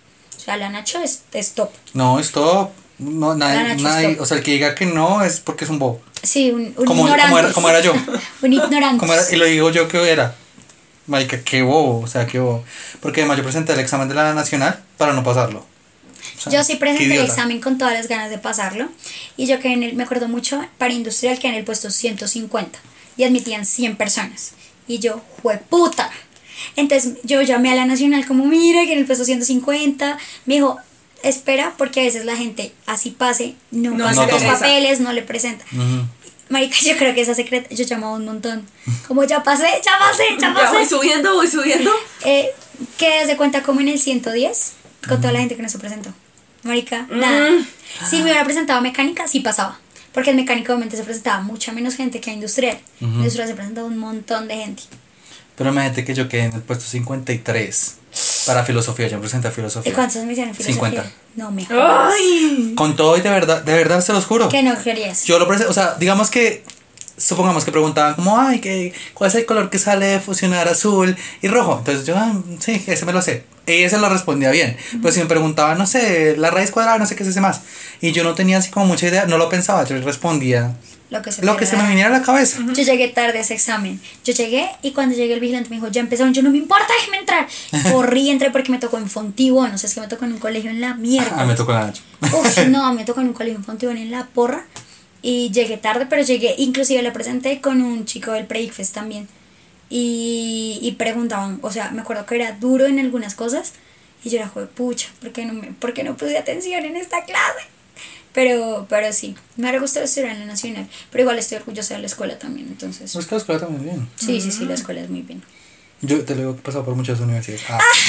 O sea, la Nacho es, es top. No, esto. No, La nadie, Nacho nadie stop. o sea, el que diga que no es porque es un bobo. Sí, un, un Como, ignorante. como, era, como era yo. un ignorante. Como era, y lo digo yo que era. Marica, qué bobo, o sea, qué bobo. Porque además yo presenté el examen de la nacional para no pasarlo. O sea, Yo sí qué presenté el idiota. examen con todas las ganas de pasarlo. Y yo quedé en el, me acuerdo mucho, para industrial quedé en el puesto ciento cincuenta. Y admitían cien personas. Y yo, jueputa. Entonces yo llamé a la nacional como, mira, que en el puesto ciento cincuenta. Me dijo, espera, porque a veces la gente así pase, no, No pasa hace los esa. papeles, no le presenta. Ujú. Marica, yo creo que esa secreta, yo llamaba un montón. Como, ya pasé, ya pasé, ya Ya voy pasé. subiendo, voy subiendo. Eh, que de cuenta como en el ciento diez con toda la gente que no se presentó. Marica, nada. Mm. Si me hubiera presentado mecánica, sí pasaba. Porque en mecánica obviamente se presentaba mucha menos gente que en industrial. En industrial se presentaba un montón de gente. Pero imagínate que yo quedé en el puesto cincuenta y tres para filosofía. Yo presenté ¿Y filosofía. cuántos me hicieron en filosofía? cincuenta. No me jodas. Ay. Con todo y de verdad, de verdad se los juro. ¿Qué no querías? Yo lo presenté, o sea, digamos que, supongamos que preguntaban como, ay, ¿qué, ¿cuál es el color que sale de fusionar azul y rojo? Entonces yo, ah, sí, ese me lo sé. Y ese lo respondía bien. Pero si me preguntaban, no sé, la raíz cuadrada, no sé qué es ese más. Y yo no tenía así como mucha idea, no lo pensaba, yo respondía Lo que se, lo te que se da. me viniera a la cabeza. Yo llegué tarde a ese examen. Yo llegué y cuando llegué el vigilante me dijo, ya empezaron. Yo, no me importa, déjeme entrar. Corrí, entré porque me tocó en Fontibón. No sé, es que me tocó en un colegio en la mierda. Ah, me tocó la Nacho. Uf, no, me tocó en un colegio en Fontibón en La Porra. Y llegué tarde, pero llegué. Inclusive la presenté con un chico del Pre-ICFES también. Y, y preguntaban, o sea, me acuerdo que era duro en algunas cosas. Y yo era, joder, pucha, ¿por qué no, me, ¿por qué no puse atención en esta clase? Pero, pero sí, me hubiera gustado estudiar en la nacional. Pero igual estoy orgullosa de la escuela también, entonces. Es que la escuela también es bien. Sí, sí, sí, la escuela es muy bien. Yo te lo digo que he pasado por muchas universidades.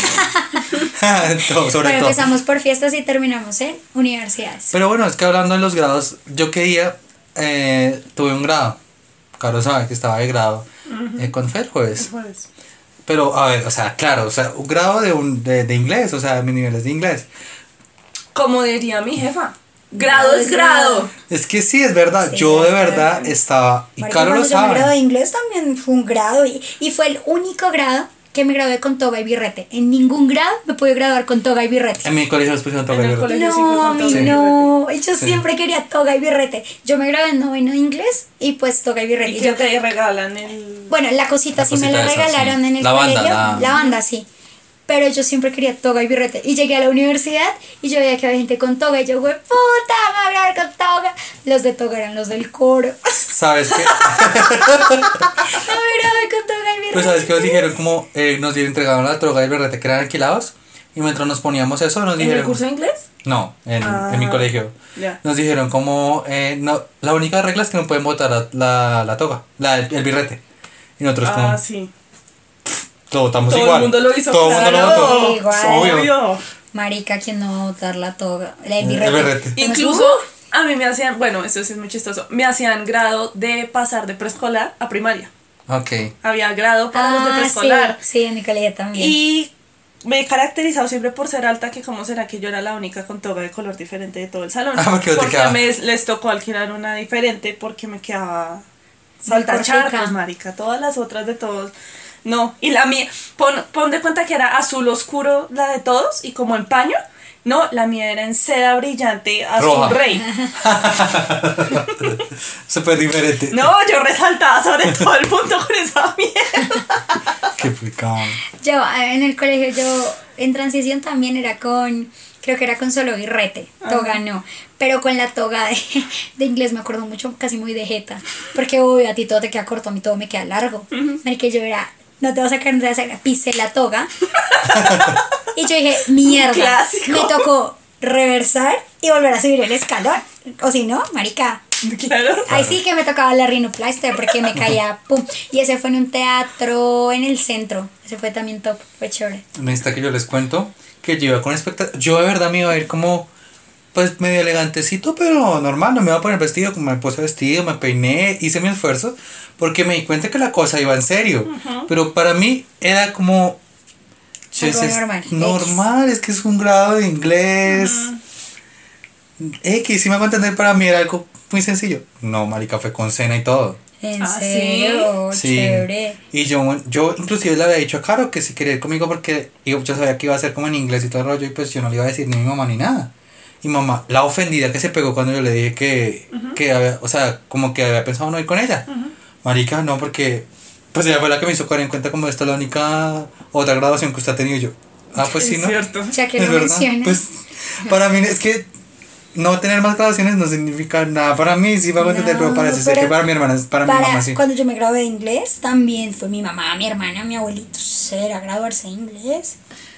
Ah. Todo, sobre Pero todo. empezamos por fiestas y terminamos en universidades. Pero bueno, es que hablando de los grados, yo quería, eh, tuve un grado. Carlos sabe que estaba de grado. eh, ¿Cuándo fue el jueves? Jueves. Pero, a ver, o sea, claro, o sea, un grado de, un, de, de inglés, o sea, mis niveles de inglés. Como diría mi jefa, grado es grado. Es que sí, es verdad, Sí, yo de es verdad verdad. estaba, y Marica, Carlos lo cuando yo me gradué sabe. de inglés también fue un grado y, y fue el único grado que me gradué con toga y birrete. En ningún grado me pude graduar con toga y birrete. En mi colegio les pusieron todo En el el colegio. No, sí fue con a mí toga y no. Yo Sí. siempre quería toga y birrete. Yo me gradué en noveno de inglés y pues toga y birrete. Y Y que yo, te regalan el... bueno, la cosita La sí me cosita la esa, regalaron sí. en el La banda, colegio. la- La banda, sí. Pero yo siempre quería toga y birrete. Y llegué a la universidad y yo veía que había gente con toga. Y yo, güey, puta, me voy a grabar con toga. Los de toga eran los del coro. ¿sabes qué? No, grave con toga y birrete. Pues sabes que nos dijeron como eh, nos dieron entregaron la droga y el berrete que eran alquilados y mientras nos poníamos eso nos ¿En dijeron el curso de inglés? no en, Ah, en mi colegio ya. nos dijeron como eh, no la única regla es que no pueden botar la, la, la toga la, el, el birrete y nosotros como Ah, sí. todo estamos Todo igual el mundo lo hizo, todo el mundo claro. lo votó Igual. obvio. Obvio. Marica, ¿quién no va a botar la toga? El El birrete. berrete. Incluso a mí me hacían, bueno, esto sí es muy chistoso, me hacían grado de pasar de preescolar a primaria. Ok. Había grado para los de Ah, preescolar. sí, sí, en mi colegio también. Y me he caracterizado siempre por ser alta, que como será que yo era la única con toga de color diferente de todo el salón. Ah, porque no te quedaba. me, les tocó alquilar una diferente porque me quedaba Muy saltacharcos, cortica. marica. Todas las otras de todos. No, y la mía, pon, pon de cuenta que era azul oscuro la de todos y como en paño. No, la mía era en seda brillante, azul Roja. rey. Súper diferente. No, yo resaltaba sobre todo el mundo con esa mierda. Qué pecado. Yo eh, en el colegio, yo en transición también era con, creo que era con solo birrete, toga no, pero con la toga de, de inglés me acuerdo mucho, casi muy de jeta, porque obvio a ti todo te queda corto, a mí todo me queda largo. Marica, yo era, no te vas a sacar, no te vas a sacar, pisé la toga y yo dije, mierda, Clásico. me tocó reversar y volver a subir el escalón, o si no, marica. Claro. Ahí sí que me tocaba la rinoplaster porque me caía, pum. Y ese fue en un teatro en el centro. Ese fue también top, fue chévere. Necesita que yo les cuento que yo iba con expectativa. Yo de verdad me iba a ir como, pues medio elegantecito, pero normal. No me iba a poner vestido, como me puse vestido, me peiné, hice mi esfuerzo, porque me di cuenta que la cosa iba en serio. Pero para mí era como. Algo "Ches, es normal, normal, es que es un grado de inglés. X, si me hago entender, para mí era algo muy sencillo. No, marica, fue con cena y todo. En ¿Ah, serio, Sí. chévere. Y yo, yo inclusive le había dicho a Caro que si quería ir conmigo porque yo, yo sabía que iba a ser como en inglés y todo el rollo y pues yo no le iba a decir ni a mi mamá ni nada. Y mamá, la ofendida que se pegó cuando yo le dije que, que había, o sea, como que había pensado no ir con ella. Marica, no, porque pues ella fue la que me hizo caer en cuenta como esta es la única otra graduación que usted ha tenido y yo. Ah, pues sí, Es ¿no? cierto. Ya que Es lo verdad. mencionas. Pues para mí es que no tener más graduaciones no significa nada para mí, sí me hago entender, pero No, parece ser pero que para mi hermana, para, mi mamá sí. Cuando yo me gradué de inglés, también fue mi mamá, mi hermana, mi abuelito. Era graduarse de inglés.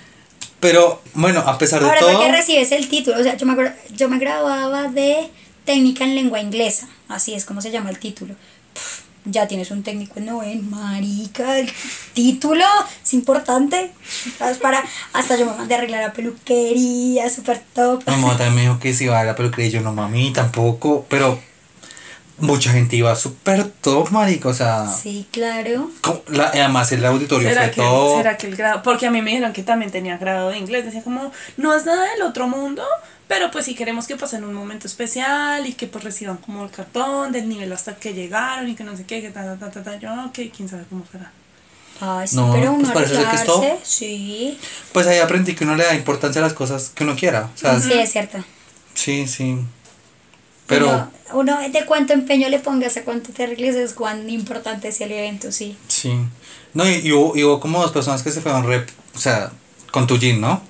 Pero bueno, a pesar de Ahora, todo. porque recibes el título, o sea, yo me, acuerdo- yo me graduaba de técnica en lengua inglesa, así es como se llama el título. Pff, ya tienes un técnico en noveno, marica, el título es importante. ¿Sabes? Para, hasta yo me mandé a arreglar la peluquería, súper top. Mi mamá también me dijo que si iba a la peluquería y yo no, mami, tampoco, pero mucha gente iba súper top, marico, o sea, Sí, claro. como la- además el auditorio ¿Será fue que, top. ¿Será que el grado? Porque a mí me dijeron que también tenía grado de inglés. Decía como, no es nada del otro mundo, pero pues sí queremos que pasen un momento especial y que pues reciban como el cartón del nivel hasta que llegaron y que no sé qué, que ta, ta, ta, ta, ta. Yo, ok, quién sabe cómo será. Ay, sí, No, pero uno pues parece ser que es top. arreglarse, sí. Pues ahí aprendí que uno le da importancia a las cosas que uno quiera, o sea, Sí, es cierto. sí, sí. Pero Uno, uno de cuánto empeño le pongas a cuánto te arregles es cuán importante es el evento, sí. sí. No, y, y hubo, y hubo como dos personas que se fueron rep, o sea, con tu jean, ¿no?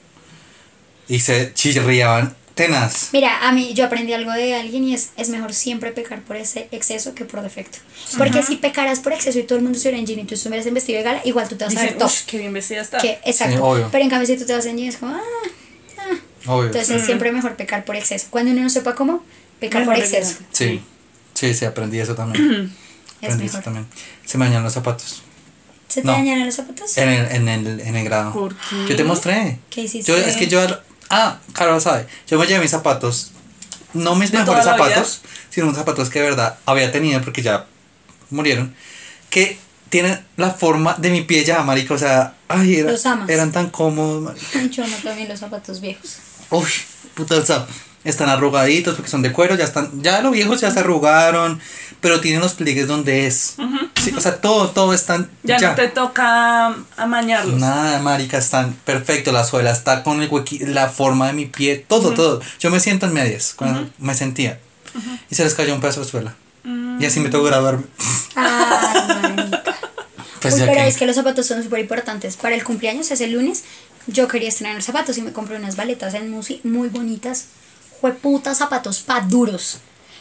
Y se chirriaban tenaz. Mira, a mí yo aprendí algo de alguien y es, es mejor siempre pecar por ese exceso que por defecto. Porque si pecaras por exceso y todo el mundo estuviera en jean y tú estuvieras en vestido de gala, igual tú te vas a ver Dicen, top. uff, qué bien vestida está. Que, exacto. Sí, obvio. Pero en cambio si tú te vas en jean es como, ah, Obvio. entonces es siempre mejor pecar por exceso. Cuando uno no sepa cómo, pecar Mejor por exceso. elegante. Sí, sí, sí, aprendí eso también. Es aprendí eso mejor. también. Se me dañaron los zapatos. ¿Se te No. dañaron los zapatos? En el, en el, en el grado. ¿Por qué? Yo te mostré. ¿Qué hiciste? Yo, es que yo. Ah, Carol sabe. Yo me llevé mis zapatos. No mis ¿De mejores toda la vida? zapatos, sino unos zapatos que de verdad había tenido porque ya murieron. Que tienen la forma de mi pie ya, marico. O sea, ay, era- Los amas. eran tan cómodos, marico. Yo no también los zapatos viejos. Uy, puta, o sea, están arrugaditos porque son de cuero, ya están, ya los viejos ya se arrugaron, pero tienen los pliegues donde es. Sí, o sea, todo, todo están Ya, no te toca amañarlos. Nada, marica, están perfecto, la suela está con el huequi, la forma de mi pie, todo, todo. Yo me siento en medias, cuando me sentía. Y se les cayó un pedazo de suela. Y así me tocó graduarme. Ay, marica. Pues Uy, ya pero que- es que los zapatos son súper importantes. Para el cumpleaños, ese lunes, yo quería estrenar zapatos y me compré unas baletas en Musi muy bonitas. Jueputas zapatos pa' duros.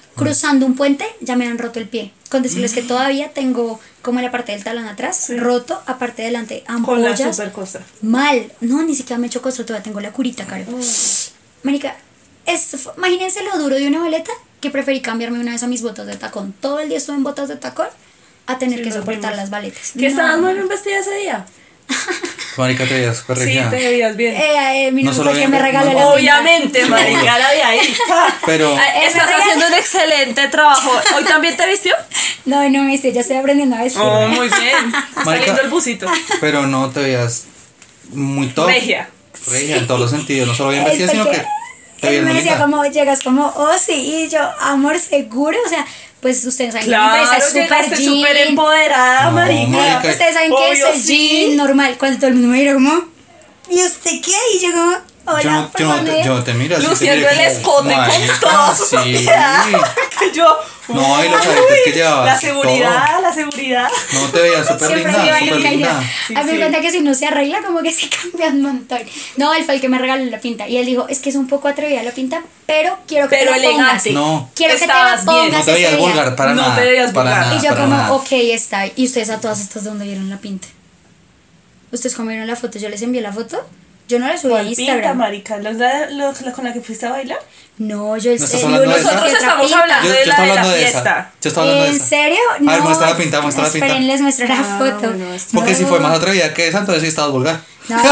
cruzando un puente ya me han roto el pie. Con decirles que todavía tengo como la parte del talón atrás, Sí. roto, aparte delante, Con la ampollas. super cosa. Mal. No, ni siquiera me he hecho costro, todavía tengo la curita, caro. Marica, esto fue- imagínense lo duro de una boleta que preferí cambiarme una vez a mis botas de tacón. Todo el día estuve en botas de tacón a tener Sí, que nos soportar vimos. las baletas. ¿Qué No. estabas muy bien vestida ese día? Marica, te veías súper Sí, regia. te veías bien. Eh, eh, mi No novio solo fue bien, quien me regaló no- la pinta. Obviamente, marica, era de ahí. Pero, Ah, Estás me regaló- haciendo un excelente trabajo. ¿Hoy también te vistió? No, no, me ya estoy aprendiendo a vestir. Oh, muy bien. Está Marica. saliendo el busito. pero no te veías muy top. Regia. Regia en todos los sentidos. No solo bien Es vestida, sino porque que te él veías me muy decía linda. como, llegas como, oh sí, y yo, amor seguro, o sea, pues ustedes saben que mi Claro, empresa es llegaste súper súper jean. empoderada, No, marica. marica. Ustedes saben que Obvio, eso es sí. jean normal, cuando todo el mundo me mira como, ¿y usted qué? Y yo como, hola, Yo no, yo no te, perdone. yo no te miro así. te Luciendo miré el como, escote marica, con toda su sí. propiedad. Que yo. No, y los uy, aretes que llevabas, La seguridad, la seguridad. No te veías súper Siempre linda, me iba súper loca y yo, linda. Sí, a mí me sí. cuenta que si no se arregla como que se cambia un montón. No, él fue el que me regaló la pinta y él dijo, es que es un poco atrevida la pinta, pero quiero que Pero te la pongas. elegante. No. Quiero que te la Estabas bien. pongas No te veías ese día. vulgar para No nada. te veías para vulgar. nada, Y yo para como, nada. ok, está. ¿Y ustedes a todas estas de dónde vieron la pinta? ¿Ustedes cómo vieron la foto? ¿Yo les envié la foto? Yo no la subí a ¿Cuál pinta, Instagram. marica? ¿Los de- los- los con la que fuiste a bailar? No, yo el, ¿No estás el hablando de lunes esa? fui a Nosotros otra estamos pinta. hablando Yo, de yo la estaba de la hablando de fiesta. esa. Yo estaba hablando de ¿En esa. serio? A ver, No. muestra la pinta, muestra la pinta. Esperen, les muestro la Ah, foto. bueno, es- Porque si No. fue más atrevida que esa, entonces sí estabas vulgar. No, no,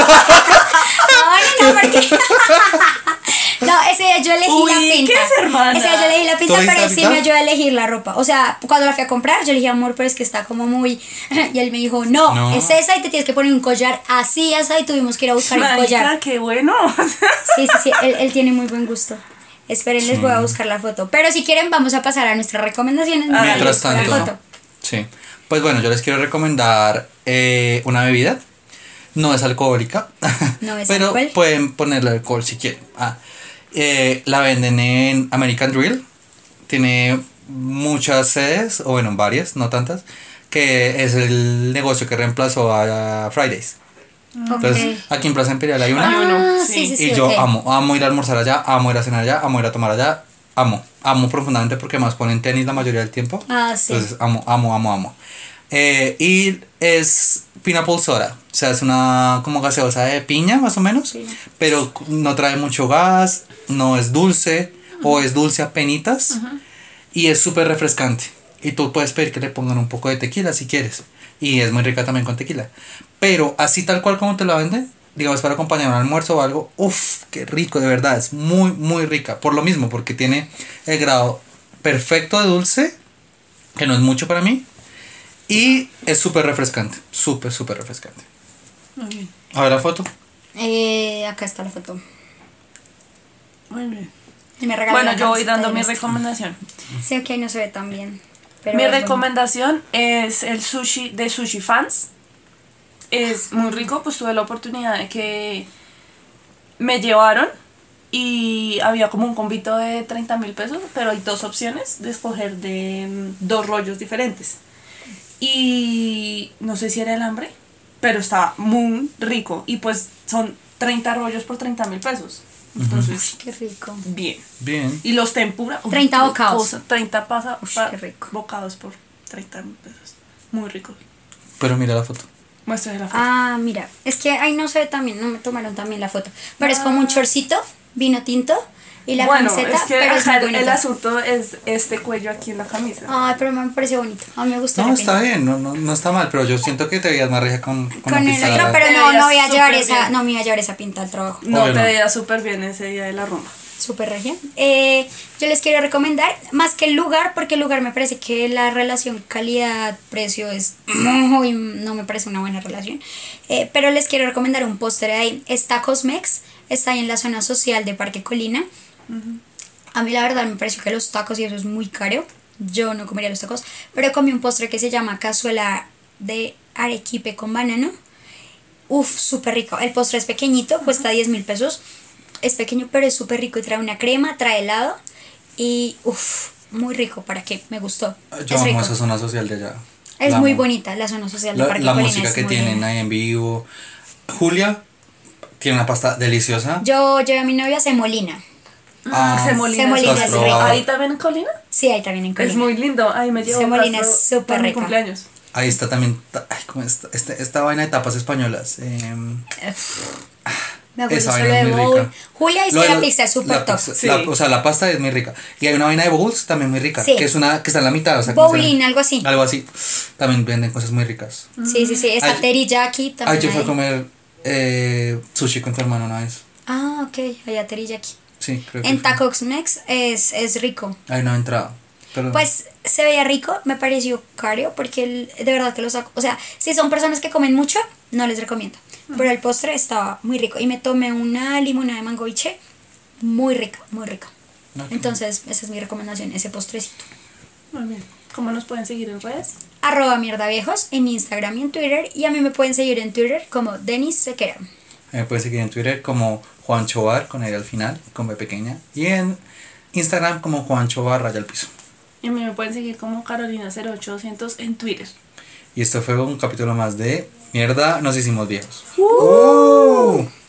no, no, porque. No, ese día yo elegí Uy, la pinta. ¿qué es, hermana? Ese día yo elegí la ¿Tú pinta, elegiste pero la él sí pinta? me ayudó a elegir la ropa. O sea, cuando la fui a comprar, yo le dije, amor, pero es que está como muy. Y él me dijo, no, No. es esa y te tienes que poner un collar así, así, y tuvimos que ir a buscar el collar. Marica, qué bueno. Sí, sí, sí, él, él tiene muy buen gusto. Esperen, les voy a buscar la foto. Pero si quieren, vamos a pasar a nuestras recomendaciones. Ah, Mientras La tanto. foto. Sí. Pues bueno, yo les quiero recomendar eh, una bebida. No es alcohólica. No es pero alcohol. pueden ponerle alcohol si quieren. Ah, eh, la venden en American Drill. Tiene muchas sedes, o bueno, varias, no tantas. Que es el negocio que reemplazó a Fridays. Entonces, Ok. aquí en Plaza Imperial hay una. Hay uno, Ah, sí. sí, sí, sí. Y yo ok. amo, amo ir a almorzar allá, amo ir a cenar allá, amo ir a tomar allá, amo, amo profundamente porque más ponen tenis la mayoría del tiempo. Ah, sí. Entonces amo, amo, amo, amo. Eh, y es pineapple soda, o sea, es una como gaseosa de piña más o menos, Sí. pero no trae mucho gas, no es dulce o es dulce a penitas y es súper refrescante. Y tú puedes pedir que le pongan un poco de tequila si quieres. Y es muy rica también con tequila. Pero así tal cual como te la venden, digamos para acompañar un almuerzo o algo, uff, qué rico, de verdad, es muy, muy rica. Por lo mismo, porque tiene el grado perfecto de dulce, que no es mucho para mí, y es súper refrescante, súper, súper refrescante. Muy bien. A ver la foto. Eh, acá está la foto. Muy bien. Y me regaló Bueno, la yo voy camiseta dando de mi nuestra. recomendación. Sí, ok, no se ve tan bien. Pero Mi es bonito. recomendación es el sushi de Sushi Fans. Es muy rico, pues tuve la oportunidad de que me llevaron y había como un convito de treinta mil pesos, pero hay dos opciones de escoger de mm, dos rollos diferentes. Y no sé si era el hambre, pero estaba muy rico y pues son treinta rollos por treinta mil pesos. Entonces, Qué rico. bien. Bien. Y los tempura. uy, treinta qué bocados. cosa, treinta pasa, Ush, pa- qué rico. bocados por treinta mil pesos. Muy rico. Pero mira la foto. Muéstrame la foto. Ah, mira, es que ahí no se ve también, no me tomaron también la foto. Pero es como un chorcito, vino tinto y la bueno, camiseta, es que pero es ajá, muy el, el bonita. asunto es este cuello aquí en la camisa. Ay, pero me parece bonito. A mí me gusta No, la está pinta. bien, no, no, no está mal, pero yo siento que te veías más regia con, con, Con la el pista. otro, pero Te no, veías no voy a llevar súper esa, bien. no me iba a llevar esa pinta al trabajo. no obvio te no. veía súper bien ese día de la rumba. Súper regia. Eh, yo les quiero recomendar, más que el lugar, porque el lugar me parece que la relación calidad-precio es muy, no me parece una buena relación. Eh, pero les quiero recomendar un postre de ahí. Está Cosmex, está ahí en la zona social de Parque Colina. A mí la verdad me pareció que los tacos y eso es muy caro. Yo no comería los tacos, pero comí un postre que se llama cazuela de arequipe con banano. Uf, súper rico. El postre es pequeñito, cuesta diez mil pesos. Es pequeño, pero es súper rico y trae una crema, trae helado y uf, muy rico. ¿Para qué? Me gustó. Yo es amo rico. esa zona social de allá. Es La muy amo. bonita la zona social de La, Parque la Colina, música es que muy tienen linda. ahí en vivo. Julia tiene una pasta deliciosa. Yo llevé a mi novia a Semolina. Ah, Semolina. Semolina ¿estás es probado? rico. ¿Ahí también en Colina? Sí, ahí también en Colina. Es muy lindo. Ahí me llevo Semolina Castro es súper para mi rica. cumpleaños. Ahí está también, ta- ay, ¿cómo está? Este- esta vaina de tapas españolas. em, Me acuerdo esa solo vaina de es muy bowl. rica. Julia dice Lo que de la pizza es súper la top. pizza- Sí. la- o sea, la pasta es muy rica. Y hay una vaina de bowls también muy rica. Sí. Que es una que está en la mitad. O sea, como Bowling, se- algo así. Algo así. También venden cosas muy ricas. Sí, sí, sí. Está Ay- teriyaki también. Ay, yo fui a hay. comer eh, sushi con tu hermano una vez. Ah, ok. Allá teriyaki. Sí, creo que En fue. Tacox Mex es, es rico. Ay, no he entrado. Pero Pues se veía rico, me pareció caro porque el- de verdad que lo saco. O sea, si son personas que comen mucho, no les recomiendo. Pero el postre estaba muy rico. Y me tomé una limonada de mango biche muy rica, muy rica. Ok. Entonces, esa es mi recomendación, ese postrecito. Muy bien. ¿Cómo nos pueden seguir en redes? Arroba mierda viejos en Instagram y en Twitter. Y a mí me pueden seguir en Twitter como Denis Sequera. me puedes seguir en Twitter como Juan Chobar, con él al final, con B pequeña. Y en Instagram como Juan Chobar, raya al piso. Y a mí me pueden seguir como Carolina cero ocho doscientos en Twitter. Y esto fue un capítulo más de Mierda, nos hicimos viejos. ¡Uh!